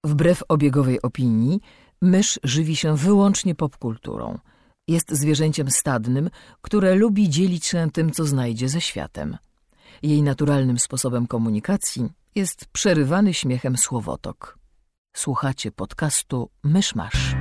Wbrew obiegowej opinii, mysz żywi się wyłącznie popkulturą. Jest zwierzęciem stadnym, które lubi dzielić się tym, co znajdzie ze światem. Jej naturalnym sposobem komunikacji jest przerywany śmiechem słowotok. Słuchacie podcastu Myszmasz.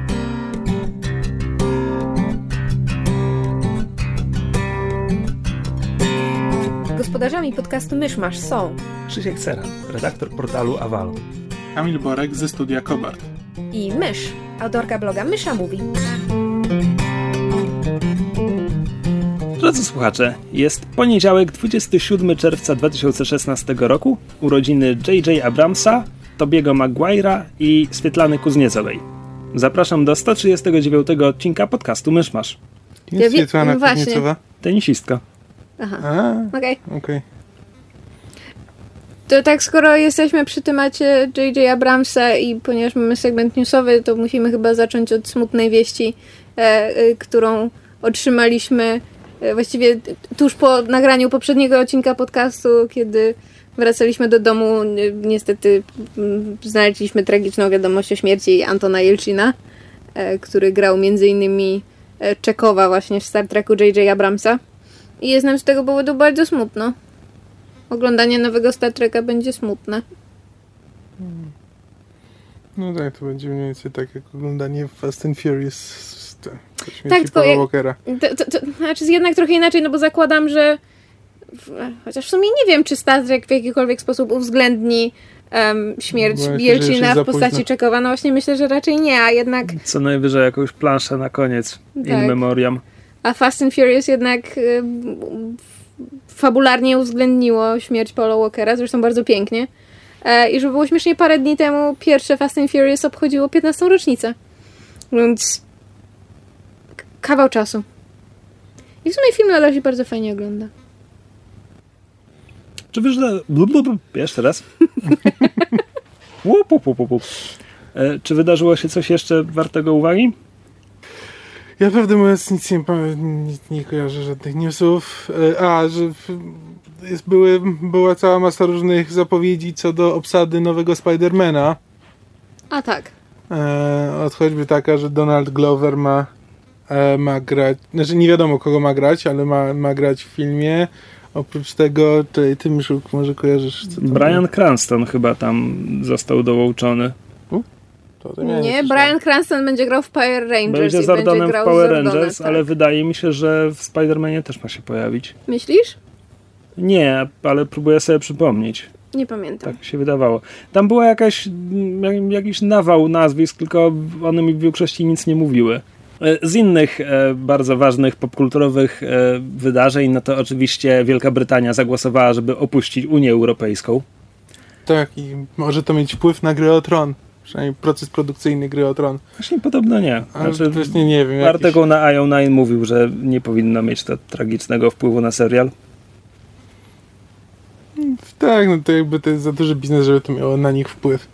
Gospodarzami podcastu Myszmasz są Krzysiek Sera, redaktor portalu Avalo, Kamil Borek ze studia Kobart i Mysz, autorka bloga Mysza Mówi. Drodzy słuchacze, jest poniedziałek, 27 czerwca 2016 roku, urodziny J.J. Abramsa, Tobiego Maguire'a i Swietlany Kuzniecowej. Zapraszam do 139 odcinka podcastu Myszmasz. Jest Swietlana Kuzniecowa? Tenisistka. Aha, Okej. To tak, skoro jesteśmy przy temacie J.J. Abramsa i ponieważ mamy segment newsowy, to musimy chyba zacząć od smutnej wieści, którą otrzymaliśmy właściwie tuż po nagraniu poprzedniego odcinka podcastu, kiedy wracaliśmy do domu. Niestety znaleźliśmy tragiczną wiadomość o śmierci Antona Jelcina, który grał m.in. Czekowa właśnie w Star Treku J.J. Abramsa. I jest nam z tego powodu bardzo smutno. Oglądanie nowego Star Treka będzie smutne. No tak, to będzie mniej więcej tak jak oglądanie Fast and Furious. Tak, tylko to znaczy jednak trochę inaczej, no bo zakładam, że chociaż w sumie nie wiem, czy Star Trek w jakikolwiek sposób uwzględni śmierć Jelcina w postaci Czekowa. No właśnie myślę, że raczej nie, a jednak... Co najwyżej jakąś planszę na koniec, tak. In memoriam. A Fast and Furious jednak fabularnie uwzględniło śmierć Paula Walkera, zresztą bardzo pięknie. I żeby było śmiesznie, parę dni temu pierwsze Fast and Furious obchodziło 15. rocznicę. Więc kawał czasu. I w sumie film na razie bardzo fajnie ogląda. Czy wiesz, że... Jeszcze raz. Czy wydarzyło się coś jeszcze wartego uwagi? Ja prawdę mówiąc nic nie kojarzę żadnych newsów. Że była cała masa różnych zapowiedzi co do obsady nowego Spidermana. A tak. Od choćby taka, że Donald Glover ma grać, znaczy nie wiadomo kogo ma grać, ale ma grać w filmie. Oprócz tego, ty Myszuk, może kojarzysz co to Bryan Cranston chyba tam został dołączony. Nie, Bryan Cranston będzie grał w Power Rangers. Będzie Zordonem w Power Rangers, tak. Ale wydaje mi się, że w Spider-Manie też ma się pojawić. Myślisz? Nie, ale próbuję sobie przypomnieć. Nie pamiętam. Tak mi się wydawało. Tam była jakiś nawał nazwisk, tylko one mi w większości nic nie mówiły. Z innych bardzo ważnych popkulturowych wydarzeń, no to oczywiście Wielka Brytania zagłosowała, żeby opuścić Unię Europejską. Tak, i może to mieć wpływ na Grę o Tron. Przynajmniej proces produkcyjny Gry o Tron. Właśnie podobno nie. Znaczy, właśnie nie wiem. Artykuł na IO9 mówił, że nie powinno mieć to tragicznego wpływu na serial. Tak, no to jakby to jest za duży biznes, żeby to miało na nich wpływ.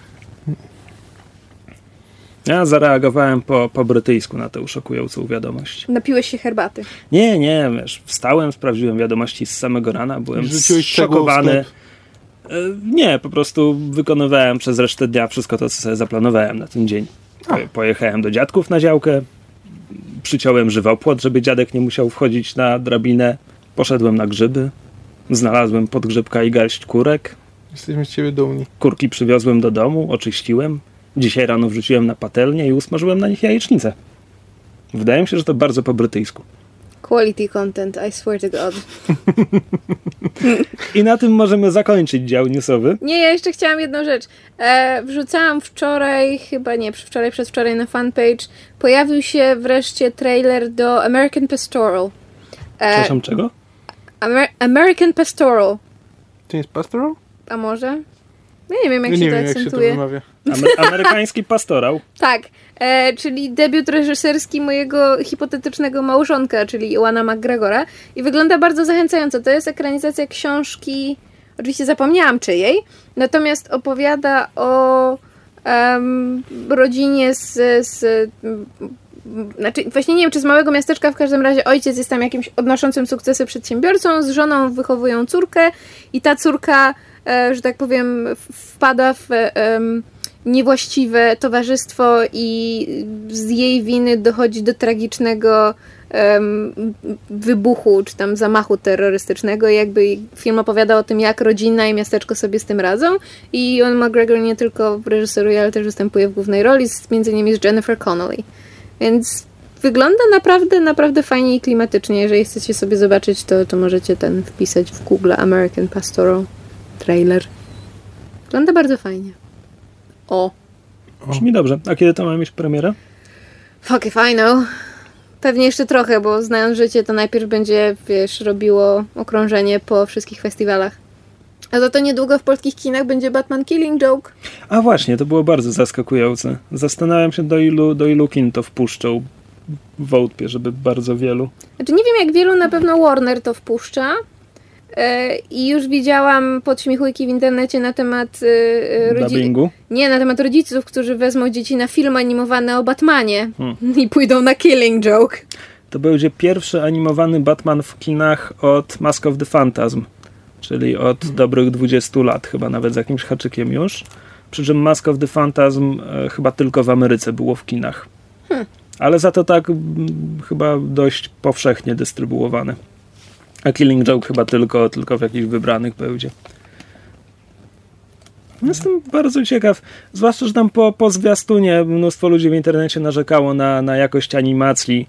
Ja zareagowałem po brytyjsku na tę szokującą wiadomość. Napiłeś się herbaty? Nie, wiesz, wstałem, sprawdziłem wiadomości z samego rana, byłem zszokowany. Nie, po prostu wykonywałem przez resztę dnia wszystko to, co sobie zaplanowałem na ten dzień. Pojechałem do dziadków na działkę, przyciąłem żywopłot, żeby dziadek nie musiał wchodzić na drabinę, poszedłem na grzyby, znalazłem podgrzybka i garść kurek. Jesteśmy z ciebie dumni. Kurki przywiozłem do domu, oczyściłem. Dzisiaj rano wrzuciłem na patelnię i usmażyłem na nich jajecznicę. Wydaje mi się, że to bardzo po brytyjsku. Quality content, I swear to God. I na tym możemy zakończyć dział newsowy. Nie, ja jeszcze chciałam jedną rzecz. Wrzucałam wczoraj, przedwczoraj na fanpage, pojawił się wreszcie trailer do American Pastoral. Przepraszam, czego? American Pastoral. To jest Pastoral? A może? Ja nie wiem, jak się to akcentuje. Amerykański pastorał. Tak, czyli debiut reżyserski mojego hipotetycznego małżonka, czyli Ewana McGregora. I wygląda bardzo zachęcająco. To jest ekranizacja książki, oczywiście zapomniałam czyjej, natomiast opowiada o rodzinie znaczy, właśnie nie wiem, czy z małego miasteczka, w każdym razie ojciec jest tam jakimś odnoszącym sukcesy przedsiębiorcą, z żoną wychowują córkę i ta córka, że tak powiem, wpada w niewłaściwe towarzystwo i z jej winy dochodzi do tragicznego wybuchu, czy tam zamachu terrorystycznego. I jakby film opowiada o tym, jak rodzina i miasteczko sobie z tym radzą. I Ewan McGregor nie tylko reżyseruje, ale też występuje w głównej roli, między innymi z Jennifer Connelly. Więc wygląda naprawdę, naprawdę fajnie i klimatycznie. Jeżeli chcecie sobie zobaczyć, to możecie ten wpisać w Google American Pastoral trailer. Wygląda bardzo fajnie. Brzmi dobrze. A kiedy to ma mieć premierę? Fuck if I know. Pewnie jeszcze trochę, bo znając życie, to najpierw będzie, robiło okrążenie po wszystkich festiwalach. A za to niedługo w polskich kinach będzie Batman Killing Joke. A właśnie, to było bardzo zaskakujące. Zastanawiam się, do ilu kin to wpuszczą. Wątpię, żeby bardzo wielu. Znaczy nie wiem, jak wielu, na pewno Warner to wpuszcza. I już widziałam podśmiechujki w internecie na temat dubbingu? Nie, na temat rodziców, którzy wezmą dzieci na film animowany o Batmanie i pójdą na Killing Joke. To będzie pierwszy animowany Batman w kinach od Mask of the Phantasm, czyli od dobrych 20 lat, chyba nawet z jakimś haczykiem już. Przy czym Mask of the Phantasm chyba tylko w Ameryce było w kinach. Ale za to tak chyba dość powszechnie dystrybuowany. A Killing Joke chyba tylko w jakichś wybranych będzie. Jestem bardzo ciekaw, zwłaszcza, że tam po zwiastunie mnóstwo ludzi w internecie narzekało na jakość animacji.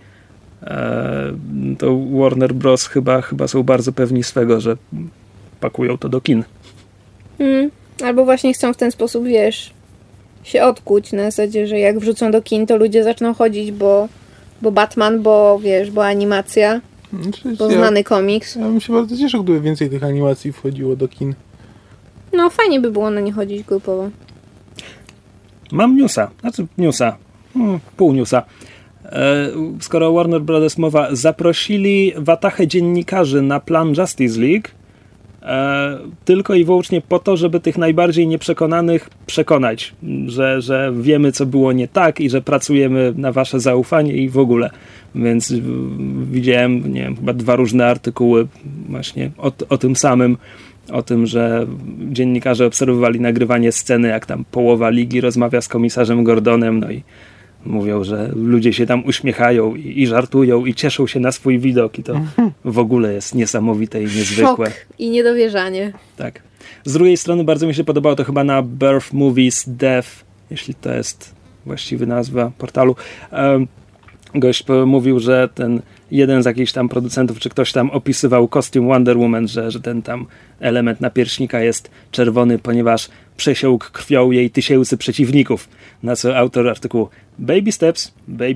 To Warner Bros. chyba są bardzo pewni swego, że pakują to do kin. Albo właśnie chcą w ten sposób, się odkuć na zasadzie, że jak wrzucą do kin, to ludzie zaczną chodzić, bo Batman, bo animacja. Bo znany komiks. Ja bym się bardzo cieszył, gdyby więcej tych animacji wchodziło do kin. No, fajnie by było na nie chodzić grupowo. Mam newsa. Pół newsa. Skoro o Warner Brothers mowa, zaprosili watachę dziennikarzy na plan Justice League tylko i wyłącznie po to, żeby tych najbardziej nieprzekonanych przekonać, że wiemy, co było nie tak i że pracujemy na wasze zaufanie i w ogóle. Więc widziałem, chyba 2 różne artykuły właśnie o tym samym, o tym, że dziennikarze obserwowali nagrywanie sceny, jak tam połowa ligi rozmawia z komisarzem Gordonem, no i mówią, że ludzie się tam uśmiechają i żartują i cieszą się na swój widok i to w ogóle jest niesamowite i niezwykłe. Szok i niedowierzanie. Tak. Z drugiej strony bardzo mi się podobało to chyba na Birth Movies Dev, jeśli to jest właściwa nazwa portalu. Gość mówił, że ten jeden z jakichś tam producentów, czy ktoś tam opisywał kostium Wonder Woman, że ten tam element napierśnika jest czerwony, ponieważ przesiąkł krwią jej tysięcy przeciwników. Na co autor artykułu baby steps.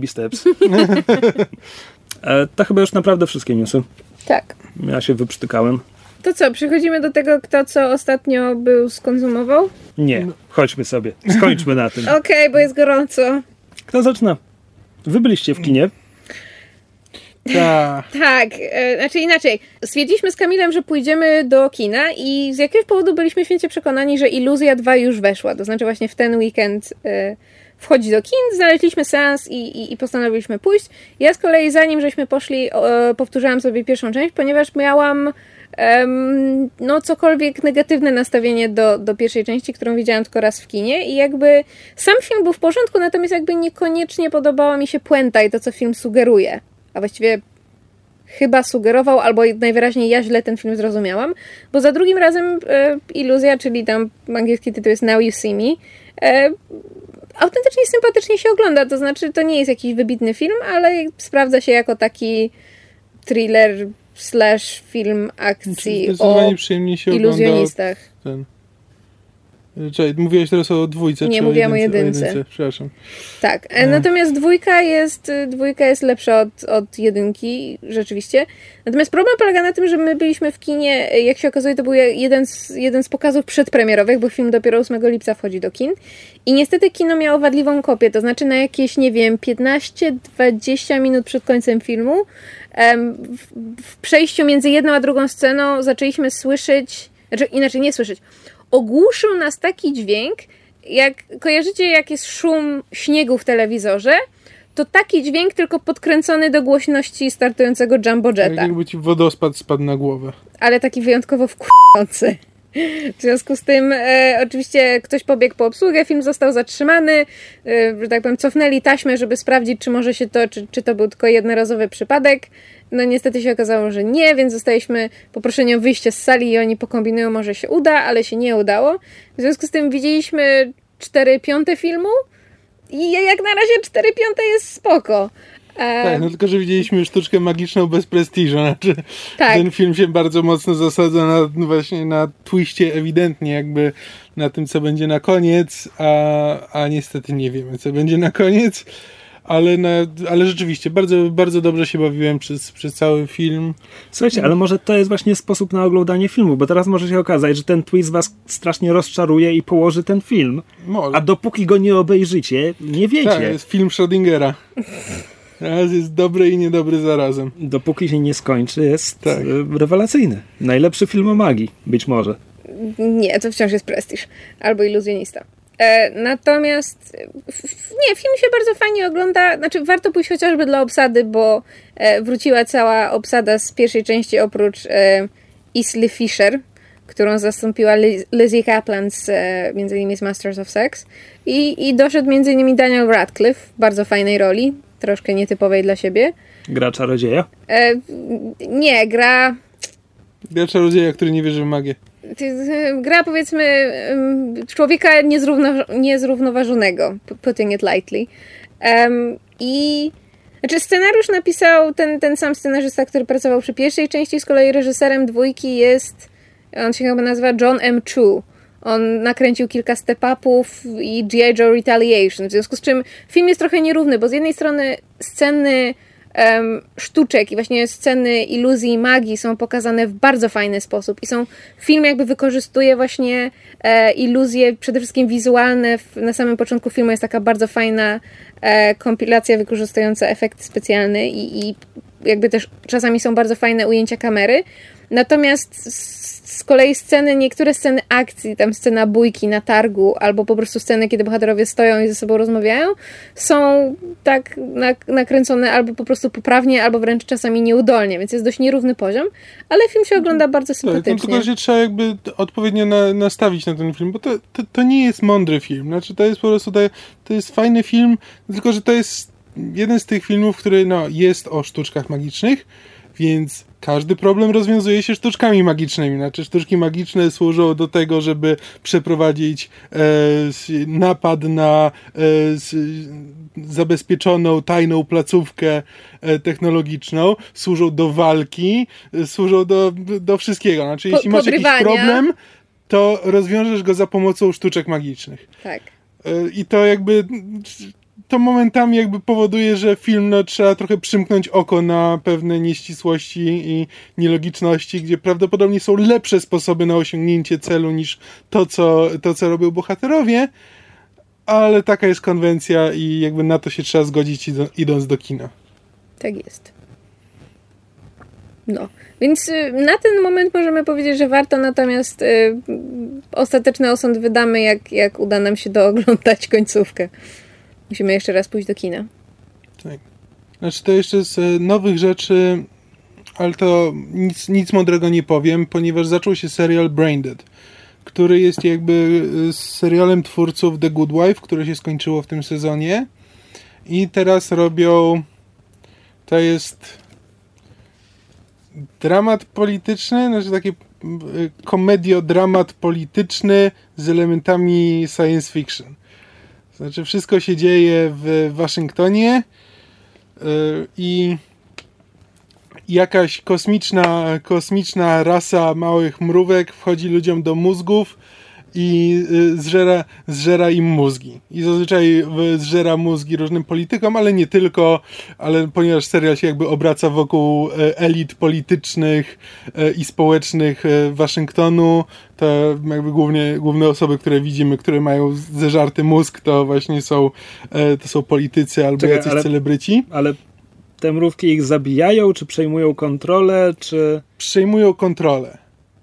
To chyba już naprawdę wszystkie newsy. Tak. Ja się wyprztykałem. To co, przechodzimy do tego, kto co ostatnio skonsumował? Nie, chodźmy sobie. Skończmy na tym. Okej, bo jest gorąco. Kto zaczyna? Wy byliście w kinie? Tak, znaczy inaczej. Stwierdziliśmy z Kamilem, że pójdziemy do kina i z jakiegoś powodu byliśmy święcie przekonani, że Iluzja 2 już weszła. To znaczy właśnie w ten weekend wchodzi do kin, znaleźliśmy seans i postanowiliśmy pójść. Ja z kolei zanim żeśmy poszli, powtórzyłam sobie pierwszą część, ponieważ miałam cokolwiek negatywne nastawienie do pierwszej części, którą widziałam tylko raz w kinie i jakby sam film był w porządku, natomiast jakby niekoniecznie podobała mi się puenta i to, co film sugeruje. A właściwie chyba sugerował, albo najwyraźniej ja źle ten film zrozumiałam, bo za drugim razem Iluzja, czyli tam angielski tytuł jest Now You See Me, autentycznie sympatycznie się ogląda, to znaczy to nie jest jakiś wybitny film, ale sprawdza się jako taki thriller / film akcji o iluzjonistach. Czekaj, mówiłeś teraz o 2. Nie, mówiłam o 1. Przepraszam. Tak, natomiast 2 jest lepsza od 1, rzeczywiście. Natomiast problem polega na tym, że my byliśmy w kinie, jak się okazuje, to był jeden z pokazów przedpremierowych, bo film dopiero 8 lipca wchodzi do kin. I niestety kino miało wadliwą kopię, to znaczy na jakieś, 15-20 minut przed końcem filmu w przejściu między jedną a drugą sceną zaczęliśmy słyszeć, inaczej nie słyszeć, ogłuszył nas taki dźwięk, jak kojarzycie, jak jest szum śniegu w telewizorze, to taki dźwięk, tylko podkręcony do głośności startującego Jumbo Jetta. Tak jakby ci wodospad spadł na głowę. Ale taki wyjątkowo wkurzący. W związku z tym oczywiście ktoś pobiegł po obsługę, film został zatrzymany, że tak powiem, cofnęli taśmę, żeby sprawdzić, czy może się to, czy to był tylko jednorazowy przypadek. No niestety się okazało, że nie, więc zostaliśmy poproszeni o wyjście z sali i oni pokombinują, może się uda, ale się nie udało. W związku z tym widzieliśmy 4/5 filmu i jak na razie 4/5 jest spoko. Tak, no tylko, że widzieliśmy sztuczkę magiczną bez prestiżu, znaczy tak. Ten film się bardzo mocno zasadza właśnie na twiście, ewidentnie jakby na tym, co będzie na koniec, a niestety nie wiemy, co będzie na koniec, ale rzeczywiście bardzo, bardzo dobrze się bawiłem przez cały film. Słuchajcie, ale może to jest właśnie sposób na oglądanie filmu, bo teraz może się okazać, że ten twist was strasznie rozczaruje i położy ten film, a dopóki go nie obejrzycie, nie wiecie. Tak, jest film Schrödingera. Raz jest dobry i niedobry zarazem. Dopóki się nie skończy, jest rewelacyjny. Najlepszy film o magii, być może. Nie, to wciąż jest prestiż. Albo iluzjonista. Natomiast film się bardzo fajnie ogląda. Znaczy, warto pójść chociażby dla obsady, bo wróciła cała obsada z pierwszej części oprócz Isli Fisher, którą zastąpiła Lizzie Kaplan między innymi z Masters of Sex. I doszedł między innymi Daniel Radcliffe w bardzo fajnej roli. Troszkę nietypowej dla siebie. Gra czarodzieja? Nie, gra czarodzieja, który nie wierzy w magię. Gra, powiedzmy, człowieka niezrównoważonego, putting it lightly. Znaczy scenariusz napisał ten sam scenarzysta, który pracował przy pierwszej części, z kolei reżyserem dwójki on się chyba nazywa John M. Chu. On nakręcił kilka step-upów i G.I. Joe Retaliation, w związku z czym film jest trochę nierówny, bo z jednej strony sceny sztuczek i właśnie sceny iluzji i magii są pokazane w bardzo fajny sposób i film jakby wykorzystuje właśnie iluzje, przede wszystkim wizualne. Na samym początku filmu jest taka bardzo fajna kompilacja wykorzystująca efekty specjalne i jakby też czasami są bardzo fajne ujęcia kamery. Natomiast z kolei niektóre sceny akcji, tam scena bójki na targu, albo po prostu sceny, kiedy bohaterowie stoją i ze sobą rozmawiają, są tak nakręcone albo po prostu poprawnie, albo wręcz czasami nieudolnie, więc jest dość nierówny poziom, ale film się ogląda bardzo sympatycznie. Tak, tylko, że trzeba jakby odpowiednio nastawić na ten film, bo to nie jest mądry film, znaczy to jest po prostu, to jest fajny film, tylko, że to jest jeden z tych filmów, który jest o sztuczkach magicznych, więc każdy problem rozwiązuje się sztuczkami magicznymi. Znaczy sztuczki magiczne służą do tego, żeby przeprowadzić napad na zabezpieczoną, tajną placówkę technologiczną. Służą do walki, służą do wszystkiego. Znaczy jeśli masz jakiś problem, to rozwiążesz go za pomocą sztuczek magicznych. Tak. I to jakby... To momentami jakby powoduje, że film trzeba trochę przymknąć oko na pewne nieścisłości i nielogiczności, gdzie prawdopodobnie są lepsze sposoby na osiągnięcie celu niż to, co robią bohaterowie, ale taka jest konwencja i jakby na to się trzeba zgodzić idąc do kina. Tak jest. No, więc na ten moment możemy powiedzieć, że warto, natomiast ostateczny osąd wydamy, jak uda nam się dooglądać końcówkę. Musimy jeszcze raz pójść do kina. Tak. Znaczy to jeszcze z nowych rzeczy, ale to nic mądrego nie powiem, ponieważ zaczął się serial Braindead, który jest jakby serialem twórców The Good Wife, które się skończyło w tym sezonie i teraz robią, to jest dramat polityczny, znaczy taki komedio-dramat polityczny z elementami science fiction. Znaczy wszystko się dzieje w Waszyngtonie i jakaś kosmiczna rasa małych mrówek wchodzi ludziom do mózgów i zżera im mózgi. I zazwyczaj zżera mózgi różnym politykom, ale nie tylko, ale ponieważ serial się jakby obraca wokół elit politycznych i społecznych Waszyngtonu, to jakby główne osoby, które widzimy, które mają zeżarty mózg, to właśnie są politycy albo jacyś celebryci. Ale te mrówki ich zabijają, czy przejmują kontrolę, czy... Przejmują kontrolę.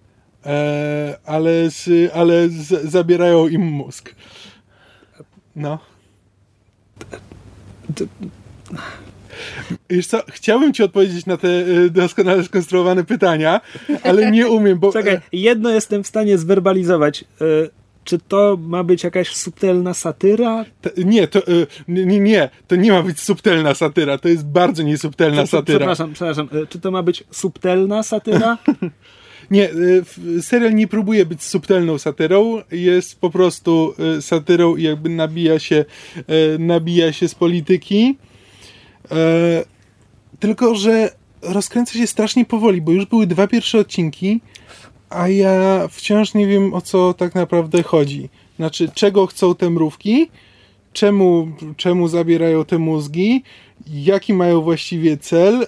Ale zabierają im mózg. No. Wiesz co, chciałbym ci odpowiedzieć na te doskonale skonstruowane pytania, ale nie umiem, bo... Czekaj, jedno jestem w stanie zwerbalizować. Czy to ma być jakaś subtelna satyra? Nie, to nie ma być subtelna satyra, to jest bardzo niesubtelna satyra. Przepraszam, czy to ma być subtelna satyra? Nie, serial nie próbuje być subtelną satyrą, jest po prostu satyrą i jakby nabija się z polityki. Tylko że rozkręca się strasznie powoli, bo już były 2 pierwsze odcinki, a ja wciąż nie wiem, o co tak naprawdę chodzi. Znaczy, czego chcą te mrówki, czemu zabierają te mózgi, jaki mają właściwie cel,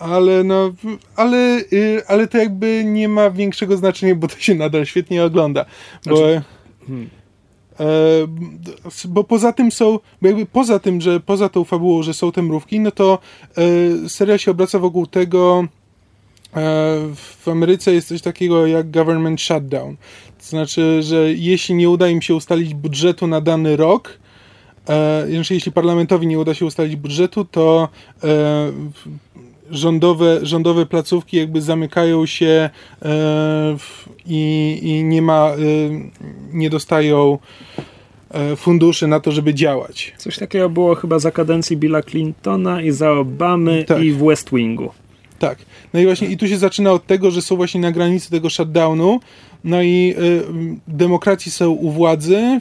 ale to jakby nie ma większego znaczenia, bo to się nadal świetnie ogląda. Bo poza tym że poza tą fabułą, że są te mrówki, no to serial się obraca wokół tego. W Ameryce jest coś takiego jak government shutdown. To znaczy, że jeśli nie uda im się ustalić budżetu na dany rok, jeśli parlamentowi nie uda się ustalić budżetu, to rządowe placówki jakby zamykają się i nie dostają funduszy na to, żeby działać. Coś takiego było chyba za kadencji Billa Clintona i za Obamy i w West Wingu. Tak. No i właśnie i tu się zaczyna od tego, że są właśnie na granicy tego shutdownu, no i demokraci są u władzy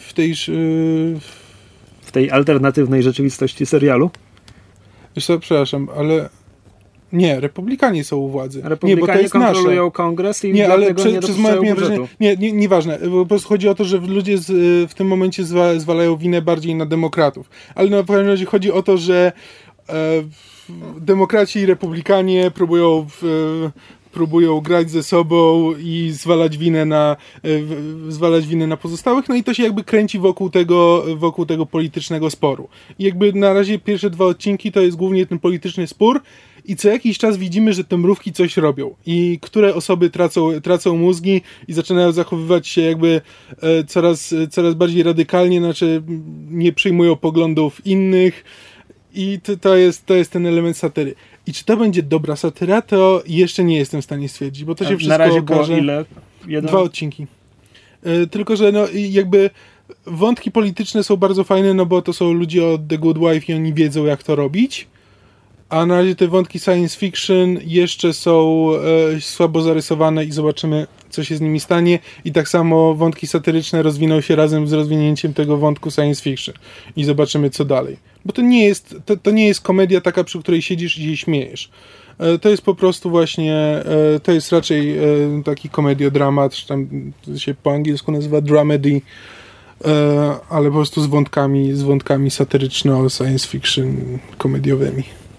w tej alternatywnej rzeczywistości serialu. Wiesz co, przepraszam, ale nie, republikanie są u władzy. Republikanie nie, bo to jest kontrolują nasze. kongres i nie, ale przez moje wrażenie, nieważne. Po prostu chodzi o to, że ludzie w tym momencie zwalają winę bardziej na demokratów. Ale na pewno razie chodzi o to, że demokraci i republikanie próbują grać ze sobą i zwalać winę na pozostałych, no i to się jakby kręci wokół tego politycznego sporu. I jakby na razie pierwsze 2 odcinki to jest głównie ten polityczny spór i co jakiś czas widzimy, że te mrówki coś robią i które osoby tracą mózgi i zaczynają zachowywać się jakby coraz bardziej radykalnie, znaczy nie przyjmują poglądów innych. I to jest ten element satyry. I czy to będzie dobra satyra, to jeszcze nie jestem w stanie stwierdzić, bo to się wszystko na razie okaże. Było ile? 2 odcinki. Tylko, że no jakby wątki polityczne są bardzo fajne, no bo to są ludzie od The Good Wife i oni wiedzą, jak to robić. A na razie te wątki science fiction jeszcze są słabo zarysowane i zobaczymy, co się z nimi stanie. I tak samo wątki satyryczne rozwiną się razem z rozwinięciem tego wątku science fiction. I zobaczymy, co dalej. Bo to nie jest komedia taka, przy której siedzisz i się śmiejesz. To jest po prostu właśnie, to jest raczej taki komediodramat, czy tam się po angielsku nazywa dramedy, ale po prostu z wątkami satyryczno-science fiction komediowymi.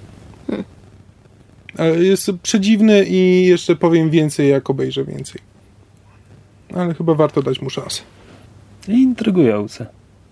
Jest przedziwny i jeszcze powiem więcej, jak obejrzę więcej. Ale chyba warto dać mu szansę. Intrygujące.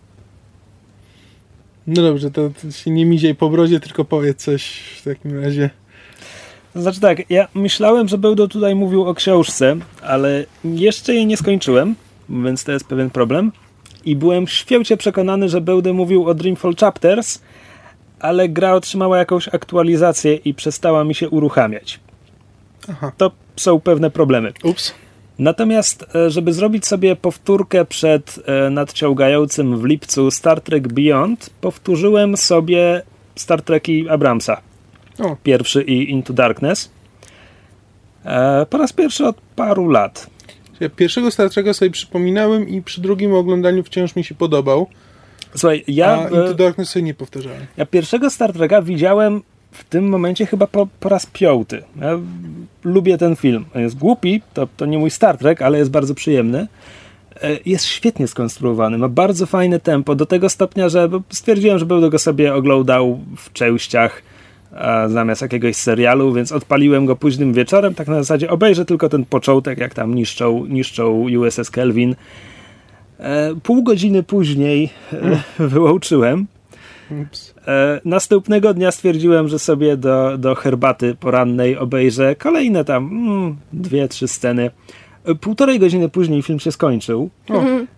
No dobrze, to się nie miziej po brodzie, tylko powiedz coś w takim razie. Znaczy tak, ja myślałem, że będę tutaj mówił o książce, ale jeszcze jej nie skończyłem, więc to jest pewien problem. I byłem święcie przekonany, że będę mówił o Dreamfall Chapters, ale gra otrzymała jakąś aktualizację i przestała mi się uruchamiać. Aha. To są pewne problemy. Ups. Natomiast, żeby zrobić sobie powtórkę przed nadciągającym w lipcu Star Trek Beyond, powtórzyłem sobie Star Treki Abramsa. Pierwszy i Into Darkness. Po raz pierwszy od paru lat. Ja pierwszego Star Treka sobie przypominałem i przy drugim oglądaniu wciąż mi się podobał. Słuchaj, a Into Darkness sobie nie powtarzałem. Ja pierwszego Star Treka widziałem w tym momencie chyba po raz 5. Ja lubię ten film. Jest głupi, to nie mój Star Trek, ale jest bardzo przyjemny. Jest świetnie skonstruowany, ma bardzo fajne tempo, do tego stopnia, że stwierdziłem, że będę go sobie oglądał w częściach zamiast jakiegoś serialu, więc odpaliłem go późnym wieczorem, tak na zasadzie obejrzę tylko ten początek, jak tam niszczą USS Kelvin. Pół godziny później wyłączyłem. Następnego dnia stwierdziłem, że sobie do herbaty porannej obejrzę kolejne tam 2-3 sceny. 1,5 godziny później film się skończył.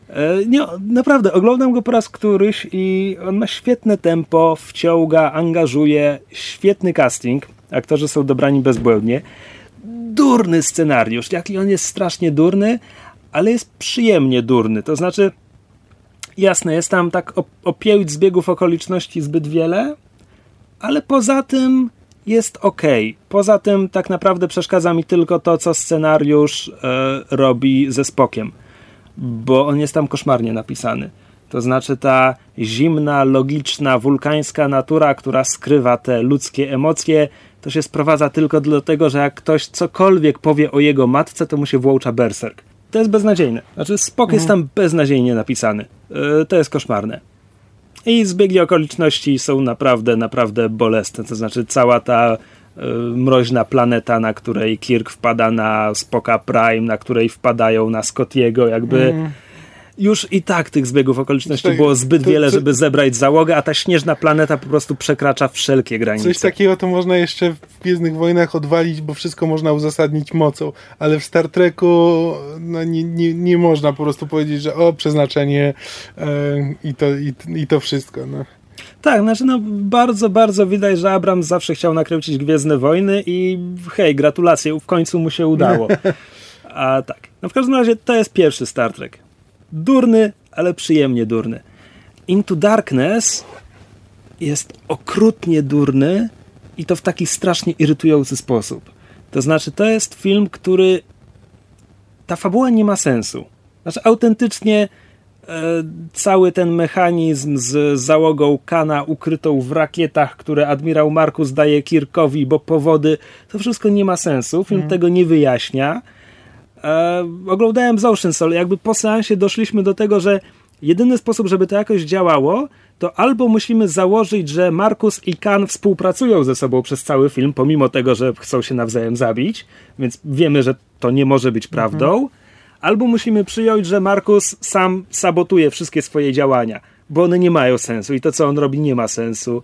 Nie, naprawdę, oglądam go po raz któryś i on ma świetne tempo, wciąga, angażuje, świetny casting, aktorzy są dobrani bezbłędnie, durny scenariusz, jaki on jest strasznie durny, ale jest przyjemnie durny, to znaczy jasne, jest tam tak o 5 zbiegów okoliczności zbyt wiele, ale poza tym jest okej. Poza tym tak naprawdę przeszkadza mi tylko to, co scenariusz robi ze Spockiem, bo on jest tam koszmarnie napisany. To znaczy ta zimna, logiczna, wulkańska natura, która skrywa te ludzkie emocje, to się sprowadza tylko do tego, że jak ktoś cokolwiek powie o jego matce, to mu się włącza berserk. To jest beznadziejne. Znaczy Spock jest tam beznadziejnie napisany. To jest koszmarne. I zbiegi okoliczności są naprawdę, naprawdę bolesne. To znaczy cała ta mroźna planeta, na której Kirk wpada na Spocka Prime, na której wpadają na Scottiego, jakby już i tak tych zbiegów okoliczności było zbyt wiele, żeby zebrać załogę, a ta śnieżna planeta po prostu przekracza wszelkie granice. Coś takiego to można jeszcze w Gwiezdnych Wojnach odwalić, bo wszystko można uzasadnić mocą, ale w Star Treku no, nie można po prostu powiedzieć, że przeznaczenie i to wszystko. No. Tak, znaczy no bardzo, bardzo widać, że Abrams zawsze chciał nakręcić Gwiezdne Wojny i hej, gratulacje, w końcu mu się udało. A tak, no w każdym razie to jest pierwszy Star Trek. Durny, ale przyjemnie durny. Into Darkness jest okrutnie durny i to w taki strasznie irytujący sposób. To znaczy, to jest film, który ta fabuła nie ma sensu. Znaczy, autentycznie cały ten mechanizm z załogą Kana ukrytą w rakietach, które admirał Markus daje Kirkowi, bo powody, to wszystko nie ma sensu. Film tego nie wyjaśnia. Oglądałem z Ocean's, ale jakby po seansie doszliśmy do tego, że jedyny sposób, żeby to jakoś działało, to albo musimy założyć, że Markus i Khan współpracują ze sobą przez cały film, pomimo tego, że chcą się nawzajem zabić, więc wiemy, że to nie może być prawdą, albo musimy przyjąć, że Markus sam sabotuje wszystkie swoje działania, bo one nie mają sensu i to, co on robi, nie ma sensu.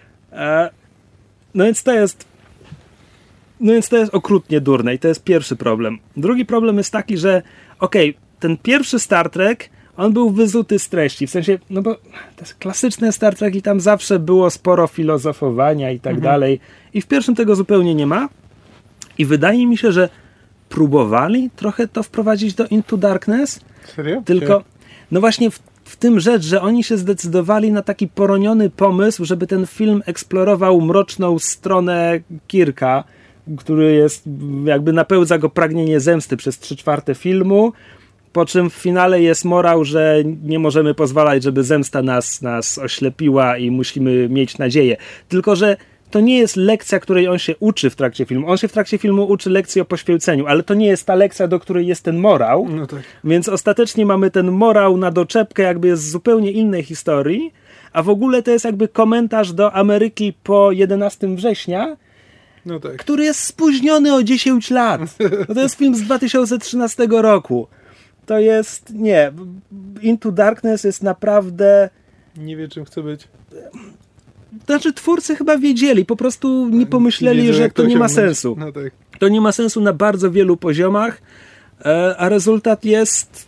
No więc to jest okrutnie durne i to jest pierwszy problem. Drugi problem jest taki, że ten pierwszy Star Trek, on był wyzuty z treści, w sensie, no bo to jest klasyczny Star Trek i tam zawsze było sporo filozofowania i tak dalej i w pierwszym tego zupełnie nie ma i wydaje mi się, że próbowali trochę to wprowadzić do Into Darkness. Serio? Tylko, no właśnie w tym rzecz, że oni się zdecydowali na taki poroniony pomysł, żeby ten film eksplorował mroczną stronę Kirka, który jest, jakby napełdza go pragnienie zemsty przez 3/4 filmu, po czym w finale jest morał, że nie możemy pozwalać, żeby zemsta nas oślepiła i musimy mieć nadzieję. Tylko że to nie jest lekcja, której on się uczy w trakcie filmu. On się w trakcie filmu uczy lekcji o poświęceniu, ale to nie jest ta lekcja, do której jest ten morał. No tak. Więc ostatecznie mamy ten morał na doczepkę jakby z zupełnie innej historii, a w ogóle to jest jakby komentarz do Ameryki po 11 września, no tak, który jest spóźniony o 10 lat. No to jest film z 2013 roku. To jest, nie, Into Darkness jest naprawdę... Nie wie, czym chce być. Znaczy twórcy chyba wiedzieli, po prostu nie pomyśleli, że to nie ma sensu. No tak. To nie ma sensu na bardzo wielu poziomach, a rezultat jest...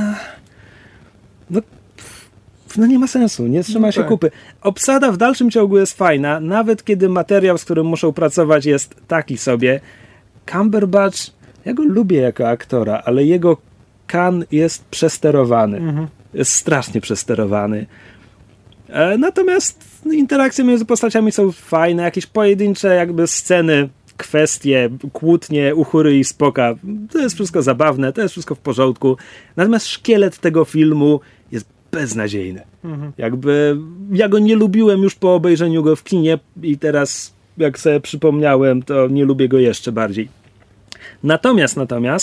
No nie ma sensu, nie trzyma się kupy. Obsada w dalszym ciągu jest fajna, nawet kiedy materiał, z którym muszą pracować, jest taki sobie. Cumberbatch, ja go lubię jako aktora, ale jego Khan jest przesterowany. Jest strasznie przesterowany. Natomiast interakcje między postaciami są fajne, jakieś pojedyncze jakby sceny, kwestie, kłótnie Uchury i Spocka, to jest wszystko zabawne, to jest wszystko w porządku. Natomiast szkielet tego filmu jest beznadziejny. Jakby ja go nie lubiłem już po obejrzeniu go w kinie i teraz jak sobie przypomniałem, to nie lubię go jeszcze bardziej. Natomiast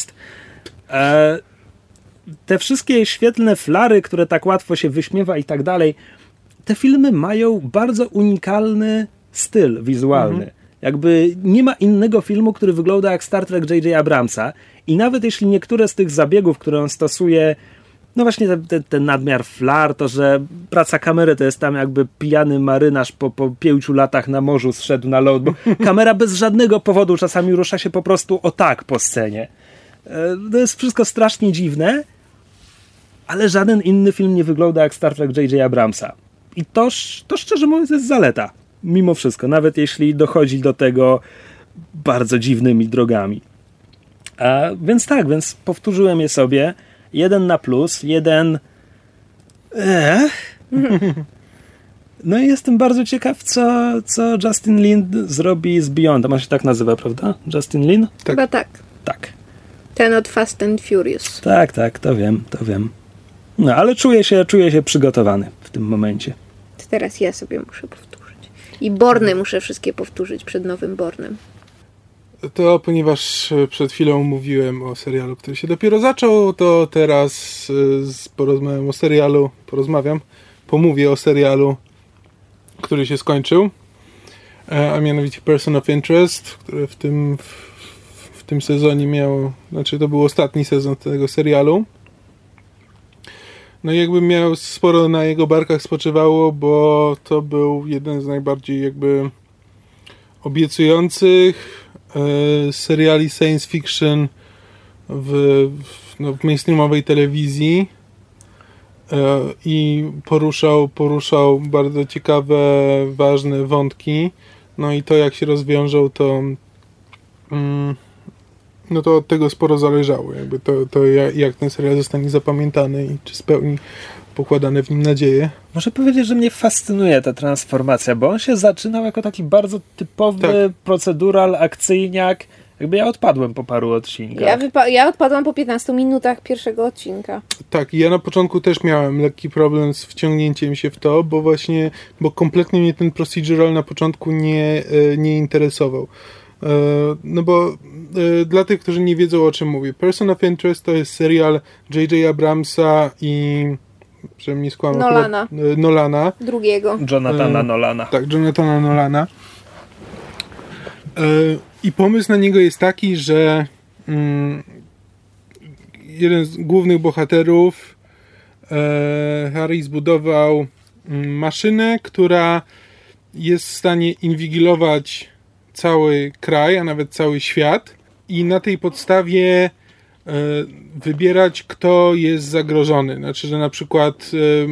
te wszystkie świetlne flary, które tak łatwo się wyśmiewa i tak dalej, te filmy mają bardzo unikalny styl wizualny. Jakby nie ma innego filmu, który wygląda jak Star Trek J.J. Abramsa i nawet jeśli niektóre z tych zabiegów, które on stosuje, no właśnie ten nadmiar flar, to, że praca kamery to jest tam jakby pijany marynarz po 5 latach na morzu zszedł na ląd, bo kamera bez żadnego powodu czasami rusza się po prostu o tak po scenie. To jest wszystko strasznie dziwne, ale żaden inny film nie wygląda jak Star Trek J.J. Abramsa. I to szczerze mówiąc jest zaleta. Mimo wszystko, nawet jeśli dochodzi do tego bardzo dziwnymi drogami. Więc powtórzyłem je sobie. 1 na plus, 1 No i jestem bardzo ciekaw, co Justin Lin zrobi z Beyond. On się tak nazywa, prawda? Justin Lin? Tak. Chyba tak. Tak. Ten od Fast and Furious. Tak, to wiem. No, ale czuję się przygotowany w tym momencie. Teraz ja sobie muszę powtórzyć. I Borny muszę wszystkie powtórzyć przed nowym Bornem. To ponieważ przed chwilą mówiłem o serialu, który się dopiero zaczął, to teraz pomówię o serialu, który się skończył, a mianowicie Person of Interest, który w tym sezonie to był ostatni sezon tego serialu. No i jakby sporo na jego barkach spoczywało, bo to był jeden z najbardziej jakby obiecujących seriali science fiction w mainstreamowej telewizji i poruszał bardzo ciekawe, ważne wątki. No i to jak się rozwiążą, to to od tego sporo zależało. Jakby to jak ten serial zostanie zapamiętany i czy spełni pokładane w nim nadzieje. Muszę powiedzieć, że mnie fascynuje ta transformacja, bo on się zaczynał jako taki bardzo typowy procedural, akcyjniak. Jakby ja odpadłem po paru odcinkach. Ja odpadłam po 15 minutach pierwszego odcinka. Tak, i ja na początku też miałem lekki problem z wciągnięciem się w to, bo kompletnie mnie ten procedural na początku nie interesował. No bo dla tych, którzy nie wiedzą, o czym mówię, Person of Interest to jest serial J.J. Abramsa i żebym nie skłamał, Nolana. Drugiego. Jonathana Nolana. Tak, Jonathana Nolana. I pomysł na niego jest taki, że jeden z głównych bohaterów, Harry, zbudował maszynę, która jest w stanie inwigilować cały kraj, a nawet cały świat i na tej podstawie wybierać, kto jest zagrożony. Znaczy, że na przykład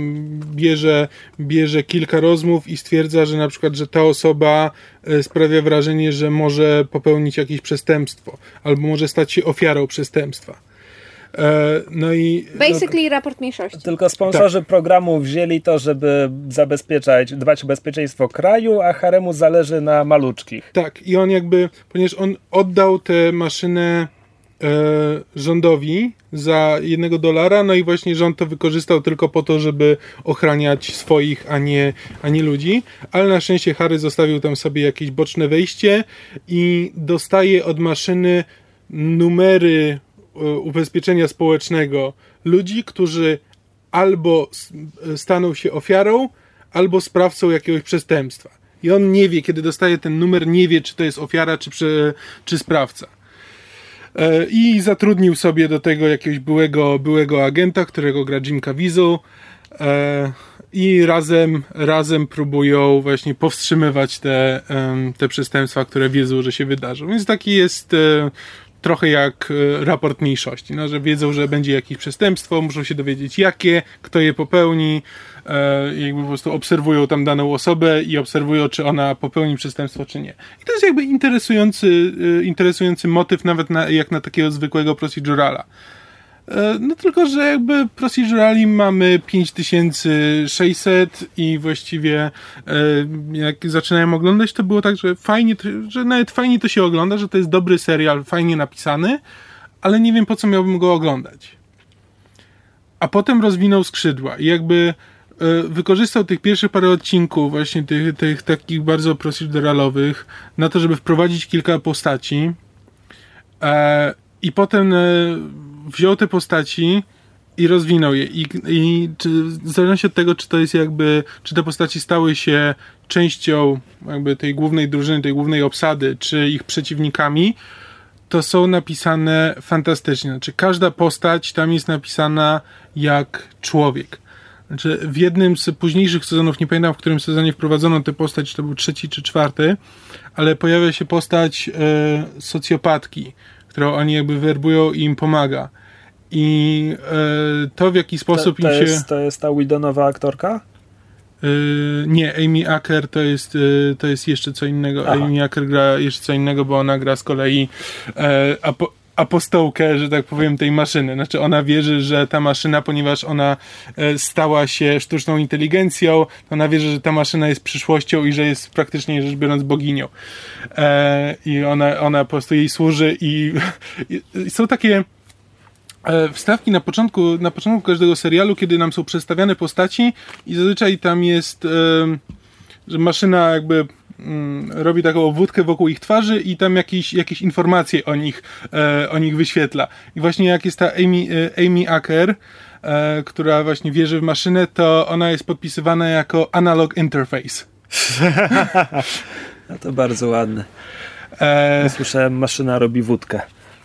bierze kilka rozmów i stwierdza, że na przykład, że ta osoba sprawia wrażenie, że może popełnić jakieś przestępstwo albo może stać się ofiarą przestępstwa. No i basically raport mniejszości. Tylko sponsorzy programu wzięli to, żeby dbać o bezpieczeństwo kraju, a Haremu zależy na maluczkich. Tak, i on ponieważ on oddał tę maszynę rządowi za $1, no i właśnie rząd to wykorzystał tylko po to, żeby ochraniać swoich, a nie ludzi, ale na szczęście Harry zostawił tam sobie jakieś boczne wejście i dostaje od maszyny numery ubezpieczenia społecznego ludzi, którzy albo staną się ofiarą, albo sprawcą jakiegoś przestępstwa. I on nie wie, kiedy dostaje ten numer, nie wie, czy to jest ofiara, czy sprawca. I zatrudnił sobie do tego jakiegoś byłego agenta, którego gra Jim Caviezel, i razem próbują właśnie powstrzymywać te przestępstwa, które wiedzą, że się wydarzą. Więc taki jest trochę jak raport mniejszości, no, że wiedzą, że będzie jakieś przestępstwo, muszą się dowiedzieć jakie, kto je popełni, jakby po prostu obserwują tam daną osobę i obserwują, czy ona popełni przestępstwo, czy nie. I to jest jakby interesujący motyw nawet jak na takiego zwykłego procedurala. No tylko, że jakby procedurali mamy 5600 i właściwie jak zaczynałem oglądać, to było tak, że nawet fajnie to się ogląda, że to jest dobry serial, fajnie napisany, ale nie wiem, po co miałbym go oglądać. A potem rozwinął skrzydła i jakby wykorzystał tych pierwszych parę odcinków właśnie tych takich bardzo proceduralowych na to, żeby wprowadzić kilka postaci i potem wziął te postaci i rozwinął je. I w zależności od tego, czy to jest czy te postaci stały się częścią jakby tej głównej drużyny, tej głównej obsady, czy ich przeciwnikami, to są napisane fantastycznie. Znaczy każda postać tam jest napisana jak człowiek. Znaczy w jednym z późniejszych sezonów, nie pamiętam, w którym sezonie wprowadzono tę postać, czy to był 3. czy 4, ale pojawia się postać socjopatki, którą oni jakby werbują i im pomaga. I to w jaki sposób to jest ta Whedonowa aktorka? Nie, Amy Acker to jest jeszcze co innego. Aha. Amy Acker gra jeszcze co innego, bo ona gra z kolei apostołkę, że tak powiem, tej maszyny. Znaczy ona wierzy, że ta maszyna, ponieważ ona stała się sztuczną inteligencją, to ona wierzy, że ta maszyna jest przyszłością i że jest praktycznie rzecz biorąc boginią. I ona po prostu jej służy i są takie wstawki na początku każdego serialu, kiedy nam są przedstawiane postaci i zazwyczaj tam jest, że maszyna jakby robi taką obwódkę wokół ich twarzy i tam jakieś informacje o nich wyświetla. I właśnie jak jest ta Amy Acker, która właśnie wierzy w maszynę, to ona jest podpisywana jako analog interface. No to bardzo ładne. Słyszałem, maszyna robi wódkę.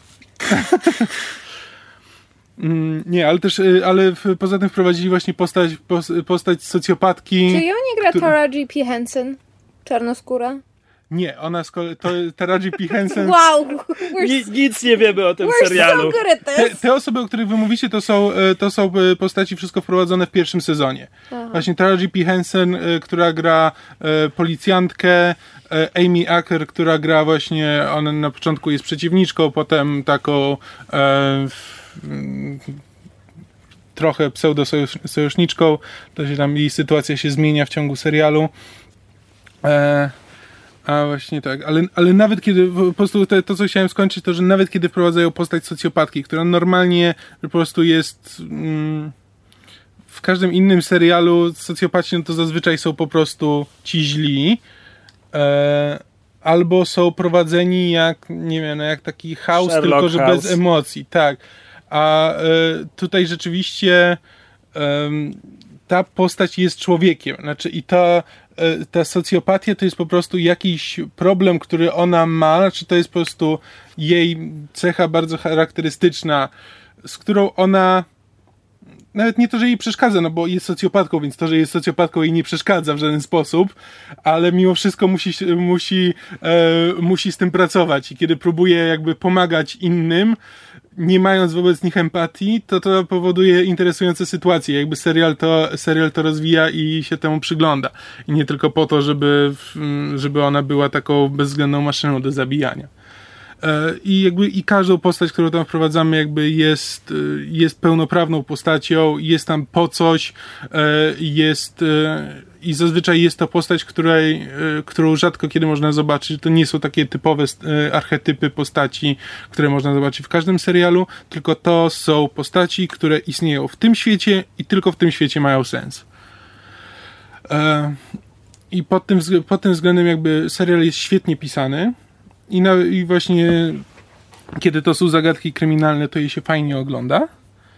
Nie, ale poza tym wprowadzili właśnie postać socjopatki. Czy ją nie gra Tara G.P. Henson? Czarnoskóra? Nie, ona to Tara G.P. Henson. Wow! Nic nie wiemy o tym serialu. So good at this. Te osoby, o których wy mówicie, to są postaci wszystko wprowadzone w pierwszym sezonie. Aha. Właśnie Tara G.P. Henson, która gra policjantkę, Amy Acker, która gra właśnie, ona na początku jest przeciwniczką, potem taką trochę pseudo-sojuszniczką, to się tam jej sytuacja się zmienia w ciągu serialu. A właśnie tak, ale nawet kiedy po prostu to co chciałem skończyć, to że nawet kiedy wprowadzają postać socjopatki, która normalnie po prostu jest w każdym innym serialu socjopaci, no to zazwyczaj są po prostu ci źli, albo są prowadzeni jak, nie wiem, jak taki House, Sherlock tylko że House. bez emocji, tak. A tutaj rzeczywiście ta postać jest człowiekiem, znaczy i ta socjopatia to jest po prostu jakiś problem, który ona ma, znaczy to jest po prostu jej cecha bardzo charakterystyczna, z którą ona nawet nie to, że jej przeszkadza, no bo jest socjopatką, więc to, że jest socjopatką jej nie przeszkadza w żaden sposób, ale mimo wszystko musi z tym pracować i kiedy próbuje jakby pomagać innym, nie mając wobec nich empatii, to powoduje interesujące sytuacje. Jakby serial to rozwija i się temu przygląda. I nie tylko po to, żeby ona była taką bezwzględną maszyną do zabijania. I każdą postać, którą tam wprowadzamy, jakby jest pełnoprawną postacią, jest tam po coś, i zazwyczaj jest to postać, którą rzadko kiedy można zobaczyć. To nie są takie typowe archetypy postaci, które można zobaczyć w każdym serialu, tylko to są postaci, które istnieją w tym świecie i tylko w tym świecie mają sens. I pod tym względem jakby serial jest świetnie pisany. I właśnie kiedy to są zagadki kryminalne, to jej się fajnie ogląda.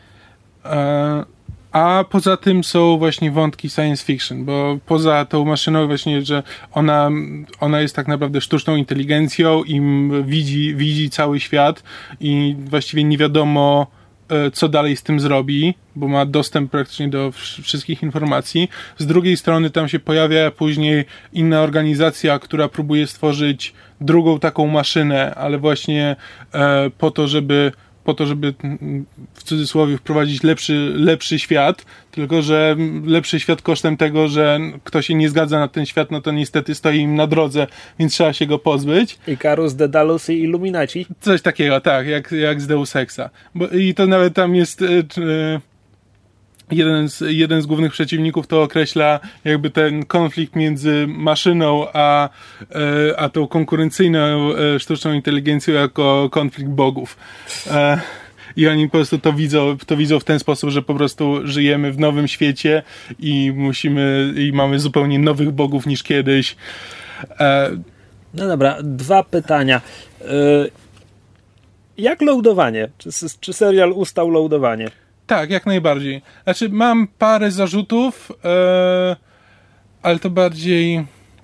A poza tym są właśnie wątki science fiction, bo poza tą maszyną właśnie, że ona jest tak naprawdę sztuczną inteligencją i widzi cały świat i właściwie nie wiadomo, co dalej z tym zrobi, bo ma dostęp praktycznie do wszystkich informacji. Z drugiej strony tam się pojawia później inna organizacja, która próbuje stworzyć drugą taką maszynę, ale właśnie po to, żeby w cudzysłowie wprowadzić lepszy świat, tylko że lepszy świat kosztem tego, że kto się nie zgadza na ten świat, no to niestety stoi im na drodze, więc trzeba się go pozbyć. Icarus, Daedalus i Illuminaci. Coś takiego, tak, jak z Deus Exa. I to nawet tam jest jeden z głównych przeciwników to określa jakby ten konflikt między maszyną a tą konkurencyjną sztuczną inteligencją jako konflikt bogów. I oni po prostu to widzą w ten sposób, że po prostu żyjemy w nowym świecie i mamy zupełnie nowych bogów niż kiedyś. No dobra, 2 pytania. Jak loadowanie? Czy serial ustał loadowanie? Tak, jak najbardziej. Znaczy, mam parę zarzutów, ale to bardziej...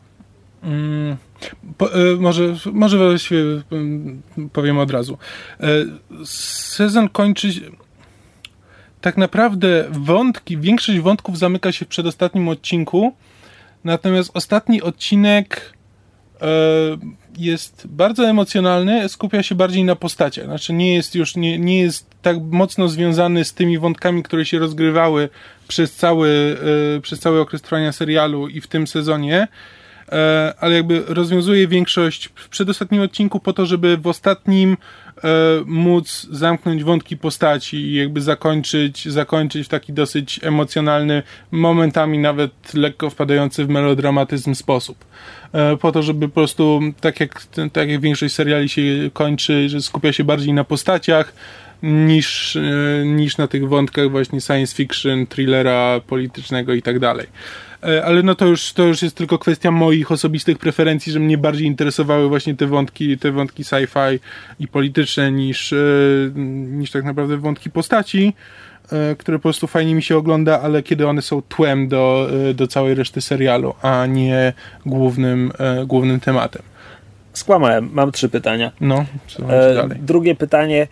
Może właściwie powiem od razu. Sezon kończy... Tak naprawdę większość wątków zamyka się w przedostatnim odcinku, natomiast ostatni odcinek jest bardzo emocjonalny, skupia się bardziej na postaciach. Znaczy nie jest tak mocno związany z tymi wątkami, które się rozgrywały przez cały okres trwania serialu i w tym sezonie, ale jakby rozwiązuje większość w przedostatnim odcinku po to, żeby w ostatnim móc zamknąć wątki postaci i jakby zakończyć w taki dosyć emocjonalny, momentami nawet lekko wpadający w melodramatyzm sposób. Po to, żeby po prostu, tak jak większość seriali się kończy, że skupia się bardziej na postaciach, niż na tych wątkach właśnie science fiction, thrillera politycznego i tak dalej. Ale no to już jest tylko kwestia moich osobistych preferencji, że mnie bardziej interesowały właśnie te wątki sci-fi i polityczne niż tak naprawdę wątki postaci, które po prostu fajnie mi się ogląda, ale kiedy one są tłem do całej reszty serialu, a nie głównym tematem. Skłamałem, mam 3 pytania. No, co dalej? Drugie pytanie.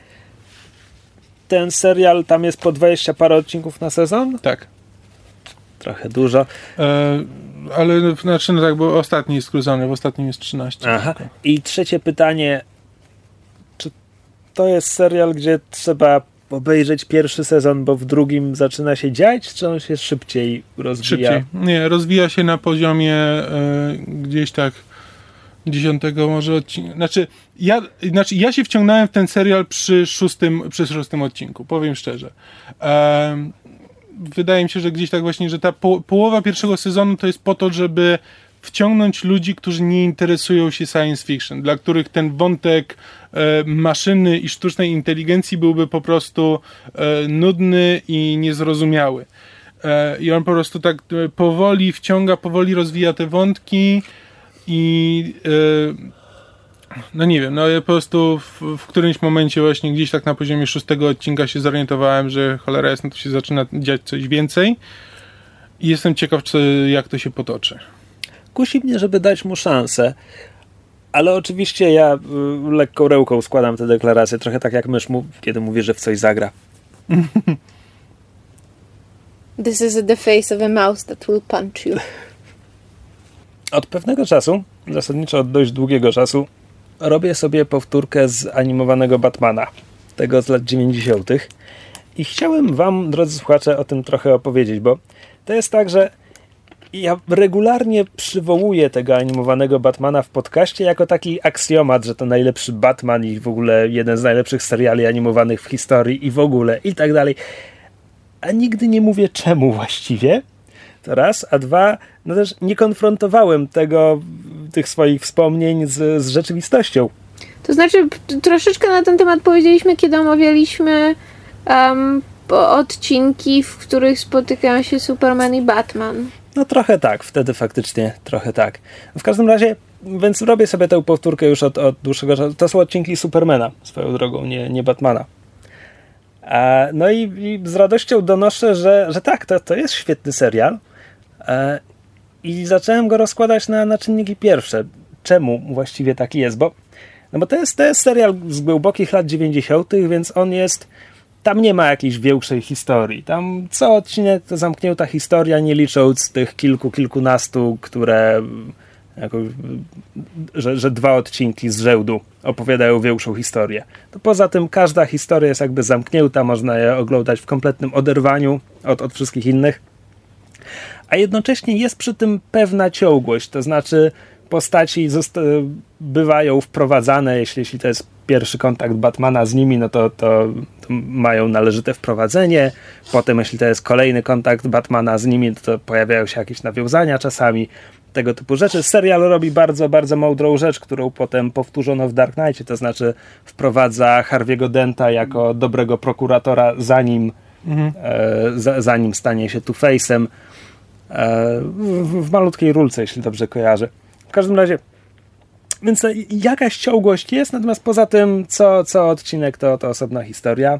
Ten serial, tam jest po 20 parę odcinków na sezon? Tak. Trochę dużo. Ale znaczy, no tak, bo ostatni jest skrócony, w ostatnim jest 13. Aha. I trzecie pytanie. Czy to jest serial, gdzie trzeba obejrzeć pierwszy sezon, bo w drugim zaczyna się dziać, czy on się szybciej rozwija? Szybciej. Nie, rozwija się na poziomie gdzieś tak 10 może odcinka. Znaczy ja się wciągnąłem w ten serial przy szóstym odcinku, powiem szczerze. Wydaje mi się, że gdzieś tak właśnie, że ta połowa pierwszego sezonu to jest po to, żeby wciągnąć ludzi, którzy nie interesują się science fiction, dla których ten wątek maszyny i sztucznej inteligencji byłby po prostu nudny i niezrozumiały. I on po prostu tak powoli wciąga, powoli rozwija te wątki i no nie wiem, no ja po prostu w którymś momencie właśnie gdzieś tak na poziomie 6 odcinka się zorientowałem, że cholera jasna, tu się zaczyna dziać coś więcej i jestem ciekaw, jak to się potoczy. Kusi mnie, żeby dać mu szansę, ale oczywiście ja lekką ręką składam tę deklarację, trochę tak jak mysz, kiedy mówi, że w coś zagra. This is the face of a mouse that will punch you. Od pewnego czasu, zasadniczo od dość długiego czasu, robię sobie powtórkę z animowanego Batmana, tego z lat 90. I chciałem wam, drodzy słuchacze, o tym trochę opowiedzieć, bo to jest tak, że ja regularnie przywołuję tego animowanego Batmana w podcaście jako taki aksjomat, że to najlepszy Batman i w ogóle jeden z najlepszych seriali animowanych w historii i w ogóle i tak dalej. A nigdy nie mówię czemu właściwie. To raz, a dwa, no też nie konfrontowałem tych swoich wspomnień z rzeczywistością. To znaczy, troszeczkę na ten temat powiedzieliśmy, kiedy omawialiśmy odcinki, w których spotykają się Superman i Batman. No trochę tak, wtedy faktycznie trochę tak. W każdym razie, więc robię sobie tę powtórkę już od dłuższego czasu. To są odcinki Supermana, swoją drogą, nie Batmana. No i z radością donoszę, że tak, to jest świetny serial. I zacząłem go rozkładać na czynniki pierwsze. Czemu właściwie taki jest? Bo to jest serial z głębokich lat 90., więc on jest... Tam nie ma jakiejś większej historii. Tam co odcinek to zamknięta historia, nie licząc tych kilkunastu, które... że 2 odcinki z rzędu opowiadają większą historię. To poza tym każda historia jest jakby zamknięta, można je oglądać w kompletnym oderwaniu od wszystkich innych. A jednocześnie jest przy tym pewna ciągłość, to znaczy postaci bywają wprowadzane, jeśli to jest pierwszy kontakt Batmana z nimi, no to mają należyte wprowadzenie. Potem, jeśli to jest kolejny kontakt Batmana z nimi, to pojawiają się jakieś nawiązania czasami, tego typu rzeczy. Serial robi bardzo, bardzo mądrą rzecz, którą potem powtórzono w Dark Knightie, to znaczy wprowadza Harvey'ego Denta jako dobrego prokuratora, zanim stanie się Two-Face'em. W malutkiej rulce, jeśli dobrze kojarzę. W każdym razie, więc jakaś ciągłość jest, natomiast poza tym co odcinek to osobna historia.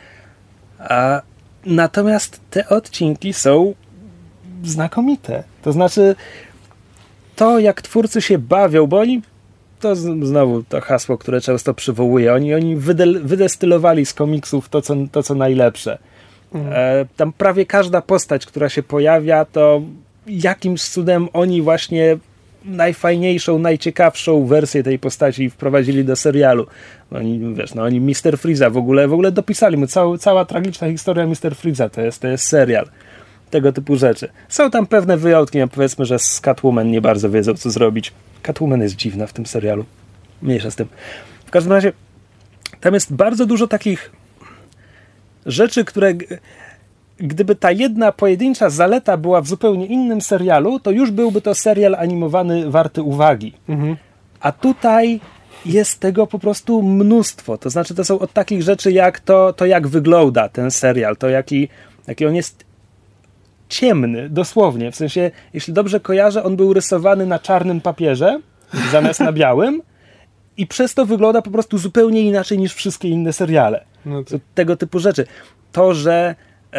Natomiast te odcinki są znakomite. To znaczy to, jak twórcy się bawią, bo oni, to znowu to hasło, które często przywołuję, oni wydestylowali z komiksów to, co najlepsze. Tam prawie każda postać, która się pojawia, to jakimś cudem oni właśnie najfajniejszą, najciekawszą wersję tej postaci wprowadzili do serialu. Oni Mr. Freeza w ogóle dopisali mu cała tragiczna historia Mr. Freeza to jest serial. Tego typu rzeczy. Są tam pewne wyjątki, powiedzmy, że z Catwoman nie bardzo wiedzą, co zrobić. Catwoman jest dziwna w tym serialu. Mniejsza z tym. W każdym razie tam jest bardzo dużo takich rzeczy, które gdyby ta jedna pojedyncza zaleta była w zupełnie innym serialu, to już byłby to serial animowany warty uwagi. A tutaj jest tego po prostu mnóstwo. To znaczy, to są od takich rzeczy jak to jak wygląda ten serial, to jaki on jest ciemny, dosłownie. W sensie, jeśli dobrze kojarzę, on był rysowany na czarnym papierze zamiast na białym i przez to wygląda po prostu zupełnie inaczej niż wszystkie inne seriale. Tego typu rzeczy. To, że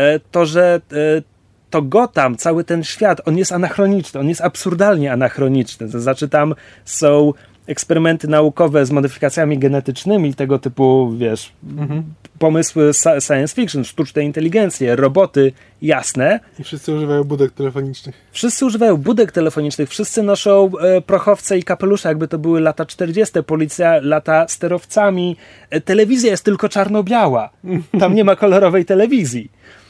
Gotham, cały ten świat, on jest anachroniczny, on jest absurdalnie anachroniczny. To znaczy, tam są eksperymenty naukowe z modyfikacjami genetycznymi, tego typu, pomysły science fiction, sztuczne inteligencje, roboty, jasne. I wszyscy używają budek telefonicznych. Wszyscy noszą prochowce i kapelusze, jakby to były lata 40. Policja lata sterowcami. Telewizja jest tylko czarno-biała. Tam nie ma kolorowej telewizji.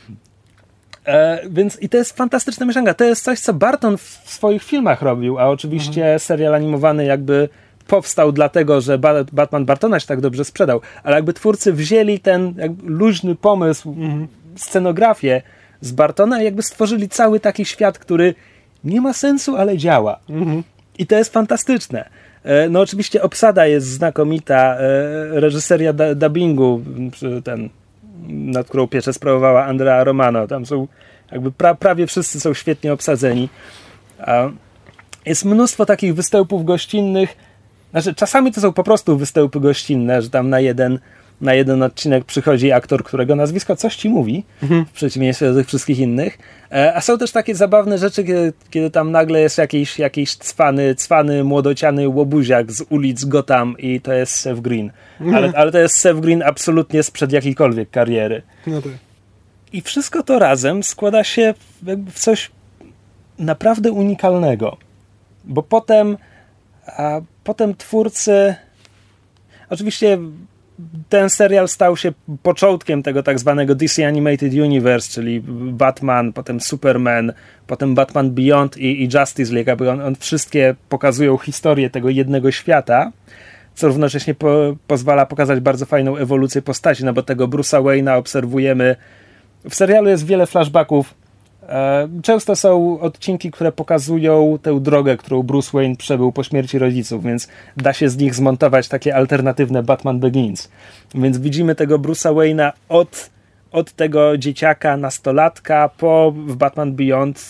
Więc i to jest fantastyczna mieszanka. To jest coś, co Barton w swoich filmach robił, a oczywiście serial animowany jakby powstał dlatego, że Batman Bartona się tak dobrze sprzedał, ale jakby twórcy wzięli ten luźny pomysł, scenografię z Bartona i jakby stworzyli cały taki świat, który nie ma sensu, ale działa. I to jest fantastyczne. No oczywiście obsada jest znakomita, reżyseria dubbingu, nad którą pieczę sprawowała Andrea Romano. Tam są jakby prawie wszyscy są świetnie obsadzeni. Jest mnóstwo takich występów gościnnych. Znaczy, czasami to są po prostu występy gościnne, że tam na jeden odcinek przychodzi aktor, którego nazwisko coś ci mówi, w przeciwieństwie do tych wszystkich innych. A są też takie zabawne rzeczy, kiedy tam nagle jest jakiś cwany, młodociany łobuziak z ulic Gotham i to jest Seth Green. Ale to jest Seth Green absolutnie sprzed jakiejkolwiek kariery. No tak. I wszystko to razem składa się w coś naprawdę unikalnego. Bo potem twórcy... Oczywiście ten serial stał się początkiem tego tak zwanego DC Animated Universe, czyli Batman, potem Superman, potem Batman Beyond i Justice League, aby on wszystkie pokazują historię tego jednego świata, co równocześnie pozwala pokazać bardzo fajną ewolucję postaci, no bo tego Bruce'a Wayne'a obserwujemy. W serialu jest wiele flashbacków. Często są odcinki, które pokazują tę drogę, którą Bruce Wayne przebył po śmierci rodziców, więc da się z nich zmontować takie alternatywne Batman Begins. Więc widzimy tego Bruce'a Wayne'a od tego dzieciaka, nastolatka, w Batman Beyond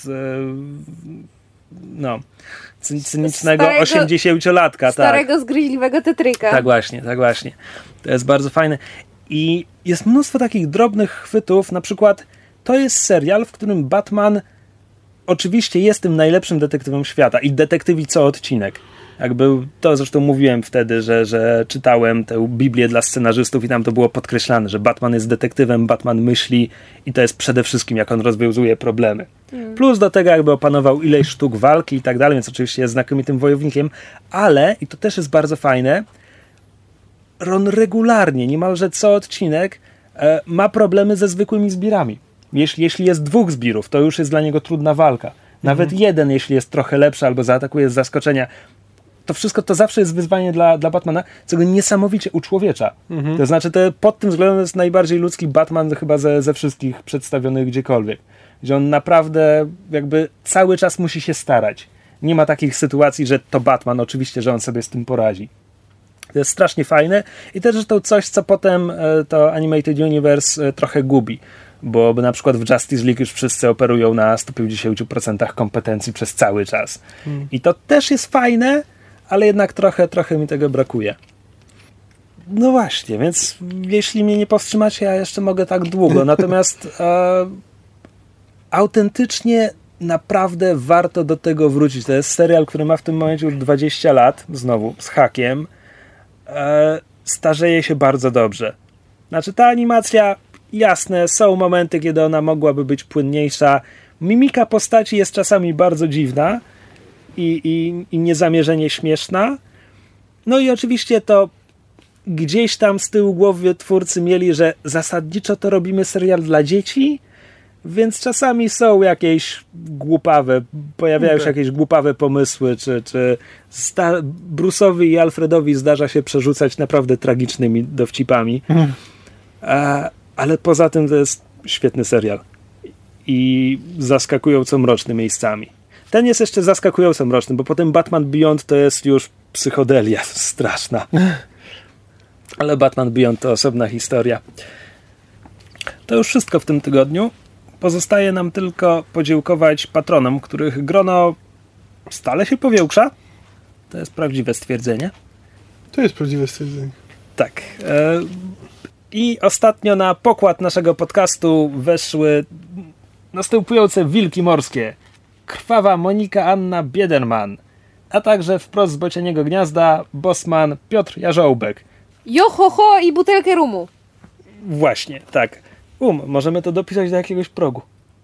cynicznego 80-latka. Starego, zgryźliwego tetryka. Tak właśnie. To jest bardzo fajne. I jest mnóstwo takich drobnych chwytów, na przykład to jest serial, w którym Batman oczywiście jest tym najlepszym detektywem świata i detektywi co odcinek. Jakby to zresztą mówiłem wtedy, że czytałem tę Biblię dla scenarzystów i tam to było podkreślane, że Batman jest detektywem, Batman myśli i to jest przede wszystkim jak on rozwiązuje problemy. Plus do tego jakby opanował ileś sztuk walki i tak dalej, więc oczywiście jest znakomitym wojownikiem, ale, i to też jest bardzo fajne, on regularnie, niemalże co odcinek ma problemy ze zwykłymi zbirami. Jeśli jest 2 zbirów, to już jest dla niego trudna walka. Nawet jeden, jeśli jest trochę lepszy albo zaatakuje z zaskoczenia, to wszystko to zawsze jest wyzwanie dla Batmana, co go niesamowicie uczłowiecza. To znaczy, to pod tym względem jest najbardziej ludzki Batman chyba ze wszystkich przedstawionych gdziekolwiek. Gdzie on naprawdę jakby cały czas musi się starać. Nie ma takich sytuacji, że to Batman, oczywiście, że on sobie z tym poradzi. To jest strasznie fajne i też zresztą coś, co potem to Animated Universe trochę gubi. Bo na przykład w Justice League już wszyscy operują na 150% kompetencji przez cały czas. I to też jest fajne, ale jednak trochę mi tego brakuje. No właśnie, więc jeśli mnie nie powstrzymacie, ja jeszcze mogę tak długo. Natomiast autentycznie naprawdę warto do tego wrócić. To jest serial, który ma w tym momencie już 20 lat, znowu z hakiem. Starzeje się bardzo dobrze. Znaczy ta animacja, jasne, są momenty, kiedy ona mogłaby być płynniejsza. Mimika postaci jest czasami bardzo dziwna, i niezamierzenie śmieszna. No i oczywiście to gdzieś tam z tyłu głowy twórcy mieli, że zasadniczo to robimy serial dla dzieci, więc czasami są jakieś głupawe, pojawiają się jakieś głupawe pomysły, czy Bruce'owi i Alfredowi zdarza się przerzucać naprawdę tragicznymi dowcipami. Ale poza tym to jest świetny serial. I zaskakująco mroczny miejscami. Ten jest jeszcze zaskakująco mroczny, bo potem Batman Beyond to jest już psychodelia straszna. Ale Batman Beyond to osobna historia. To już wszystko w tym tygodniu. Pozostaje nam tylko podziękować patronom, których grono stale się powiększa. To jest prawdziwe stwierdzenie. To jest prawdziwe stwierdzenie. Tak. I ostatnio na pokład naszego podcastu weszły następujące wilki morskie. Krwawa Monika Anna Biederman, a także wprost z Bocianiego Gniazda Bosman Piotr Jarzołbek. Jo ho ho i butelkę rumu. Właśnie, tak. Możemy to dopisać do jakiegoś progu.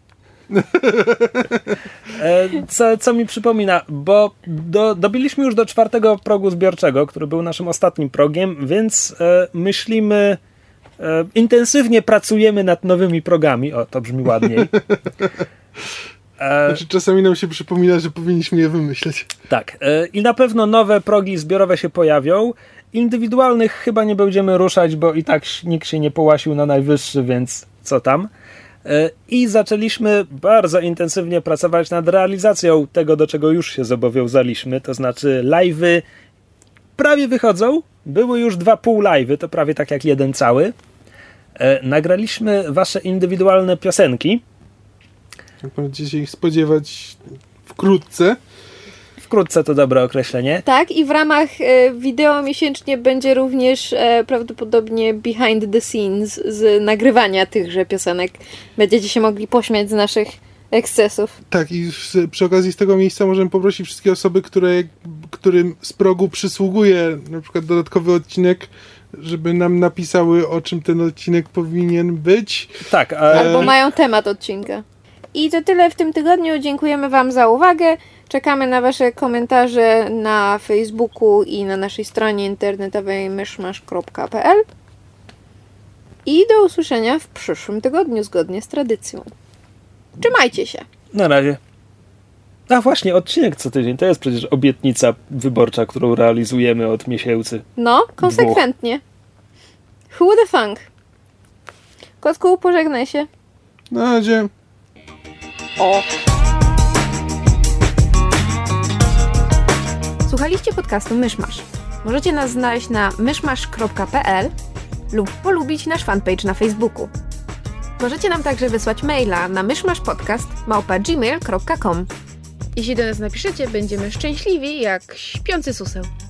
Co mi przypomina, bo dobiliśmy już do 4. progu zbiorczego, który był naszym ostatnim progiem, więc myślimy, intensywnie pracujemy nad nowymi progami. O, to brzmi ładniej. Znaczy, czasami nam się przypomina, że powinniśmy je wymyśleć. Tak. I na pewno nowe progi zbiorowe się pojawią. Indywidualnych chyba nie będziemy ruszać, bo i tak nikt się nie połasił na najwyższy, więc co tam. I zaczęliśmy bardzo intensywnie pracować nad realizacją tego, do czego już się zobowiązaliśmy, to znaczy live'y prawie wychodzą. Były już 2 pół live'y, to prawie tak jak 1 cały. Nagraliśmy wasze indywidualne piosenki. Będziecie się ich spodziewać wkrótce. Wkrótce to dobre określenie. Tak, i w ramach wideo miesięcznie będzie również prawdopodobnie behind the scenes z nagrywania tychże piosenek. Będziecie się mogli pośmiać z naszych ekscesów. Tak, i przy okazji z tego miejsca możemy poprosić wszystkie osoby, którym z progu przysługuje na przykład dodatkowy odcinek, żeby nam napisały, o czym ten odcinek powinien być. Tak. Albo mają temat odcinka. I to tyle w tym tygodniu. Dziękujemy wam za uwagę. Czekamy na wasze komentarze na Facebooku i na naszej stronie internetowej myszmasz.pl. I do usłyszenia w przyszłym tygodniu, zgodnie z tradycją. Trzymajcie się. Na razie. A właśnie, odcinek co tydzień. To jest przecież obietnica wyborcza, którą realizujemy od miesięcy. No, konsekwentnie. Who the funk? Kotku, pożegnaj się. Na razie. O. Słuchaliście podcastu Myszmasz. Możecie nas znaleźć na myszmasz.pl lub polubić nasz fanpage na Facebooku. Możecie nam także wysłać maila na myszmaszpodcast@gmail.com. Jeśli do nas napiszecie, będziemy szczęśliwi jak śpiący suseł.